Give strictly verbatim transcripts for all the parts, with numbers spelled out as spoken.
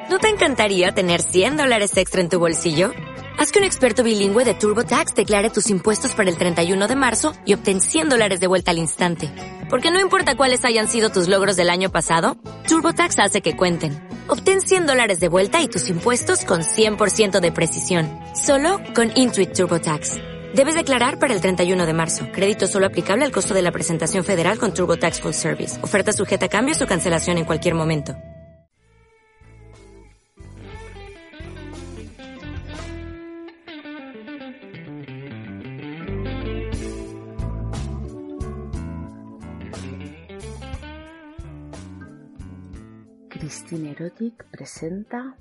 ¿No te encantaría tener cien dólares extra en tu bolsillo? Haz que un experto bilingüe de TurboTax declare tus impuestos para el treinta y uno de marzo y obtén cien dólares de vuelta al instante. Porque no importa cuáles hayan sido tus logros del año pasado, TurboTax hace que cuenten. Obtén cien dólares de vuelta y tus impuestos con cien por ciento de precisión. Solo con Intuit TurboTax. Debes declarar para el treinta y uno de marzo. Crédito solo aplicable al costo de la presentación federal con TurboTax Full Service. Oferta sujeta a cambios o cancelación en cualquier momento. Christine Erotic presenta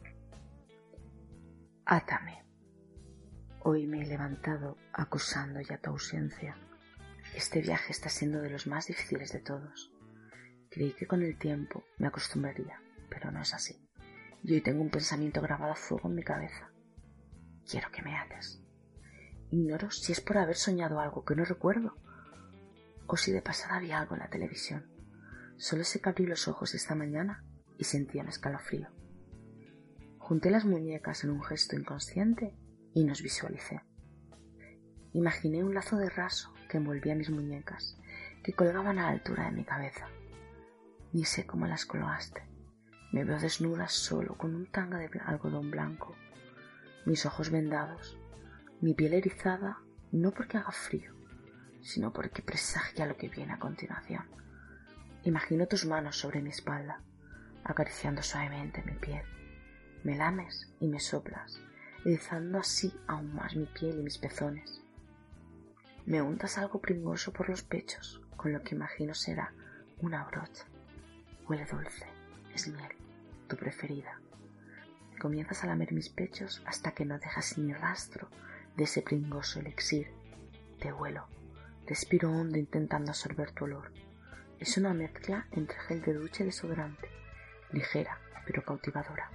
Átame. Hoy me he levantado acusando ya tu ausencia. Este viaje está siendo de los más difíciles de todos. Creí que con el tiempo me acostumbraría, pero no es así. Y hoy tengo un pensamiento grabado a fuego en mi cabeza. Quiero que me ates. Ignoro si es por haber soñado algo que no recuerdo, o si de pasada había algo en la televisión. Solo sé que abrí los ojos esta mañana y sentí un escalofrío. Junté las muñecas en un gesto inconsciente y nos visualicé. Imaginé un lazo de raso que envolvía mis muñecas, que colgaban a la altura de mi cabeza. Ni sé cómo las colgaste. Me veo desnuda solo con un tanga de algodón blanco, mis ojos vendados, mi piel erizada, no porque haga frío, sino porque presagia lo que viene a continuación. Imagino tus manos sobre mi espalda, acariciando suavemente mi piel. Me lames y me soplas, erizando así aún más mi piel y mis pezones. Me untas algo pringoso por los pechos, con lo que imagino será una brocha. Huele dulce, es miel, tu preferida. Comienzas a lamer mis pechos hasta que no dejas ni rastro de ese pringoso elixir. Te huelo, respiro hondo intentando absorber tu olor. Es una mezcla entre gel de ducha y desodorante, ligera pero cautivadora.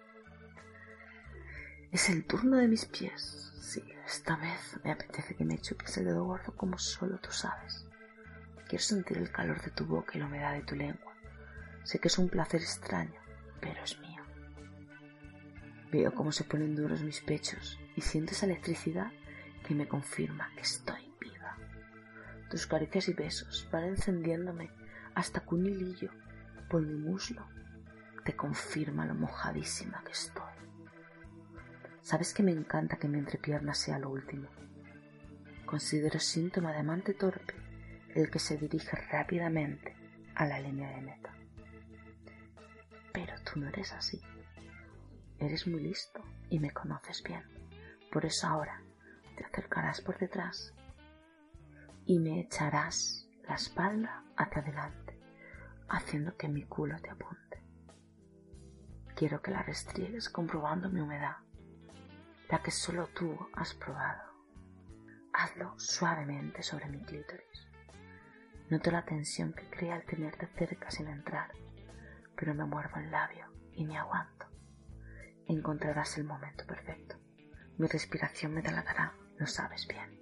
Es el turno de mis pies. Sí, esta vez me apetece que me chupes el dedo gordo como solo tú sabes. Quiero sentir el calor de tu boca y la humedad de tu lengua. Sé que es un placer extraño, pero es mío. Veo cómo se ponen duros mis pechos y siento esa electricidad que me confirma que estoy viva. Tus caricias y besos van encendiéndome hasta que un hilillo por mi muslo te confirma lo mojadísima que estoy. Sabes que me encanta que mi entrepierna sea lo último. Considero síntoma de amante torpe el que se dirige rápidamente a la línea de meta. Pero tú no eres así. Eres muy listo y me conoces bien. Por eso ahora te acercarás por detrás y me echarás la espalda hacia adelante, haciendo que mi culo te apunte. Quiero que la restriegues comprobando mi humedad, la que solo tú has probado. Hazlo suavemente sobre mi clítoris. Noto la tensión que crea al tenerte cerca sin entrar, pero me muerdo el labio y me aguanto. Encontrarás el momento perfecto. Mi respiración me delatará, lo sabes bien.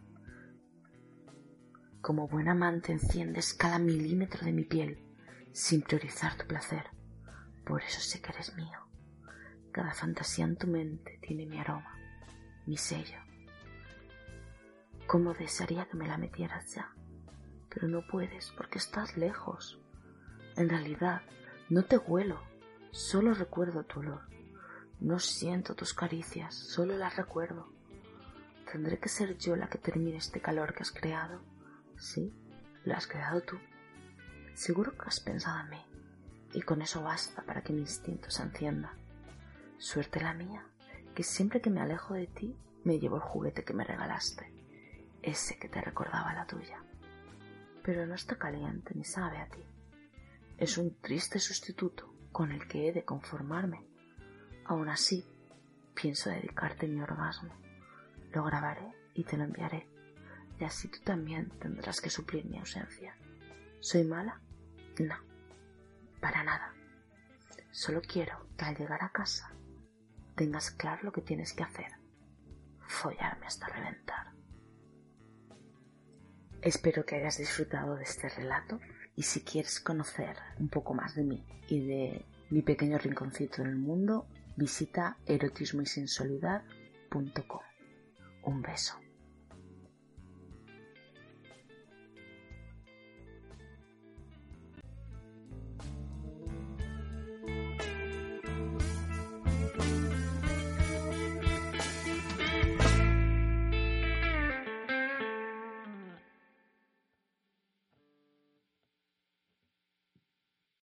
Como buen amante enciendes cada milímetro de mi piel, sin priorizar tu placer. Por eso sé que eres mío. Cada fantasía en tu mente tiene mi aroma, mi sello. Cómo desearía que me la metieras ya, pero no puedes porque estás lejos. En realidad, no te huelo, solo recuerdo tu olor. No siento tus caricias, solo las recuerdo. ¿Tendré que ser yo la que termine este calor que has creado? Sí, lo has creado tú. Seguro que has pensado en mí, y con eso basta para que mi instinto se encienda. Suerte la mía, que siempre que me alejo de ti, me llevo el juguete que me regalaste, ese que te recordaba la tuya. Pero no está caliente ni sabe a ti. Es un triste sustituto con el que he de conformarme. Aún así, pienso dedicarte mi orgasmo. Lo grabaré y te lo enviaré, y así tú también tendrás que suplir mi ausencia. ¿Soy mala? No, para nada. Solo quiero que al llegar a casa tengas claro lo que tienes que hacer: follarme hasta reventar. Espero que hayas disfrutado de este relato, y si quieres conocer un poco más de mí y de mi pequeño rinconcito en el mundo, visita erotismo y sensualidad punto com. Un beso.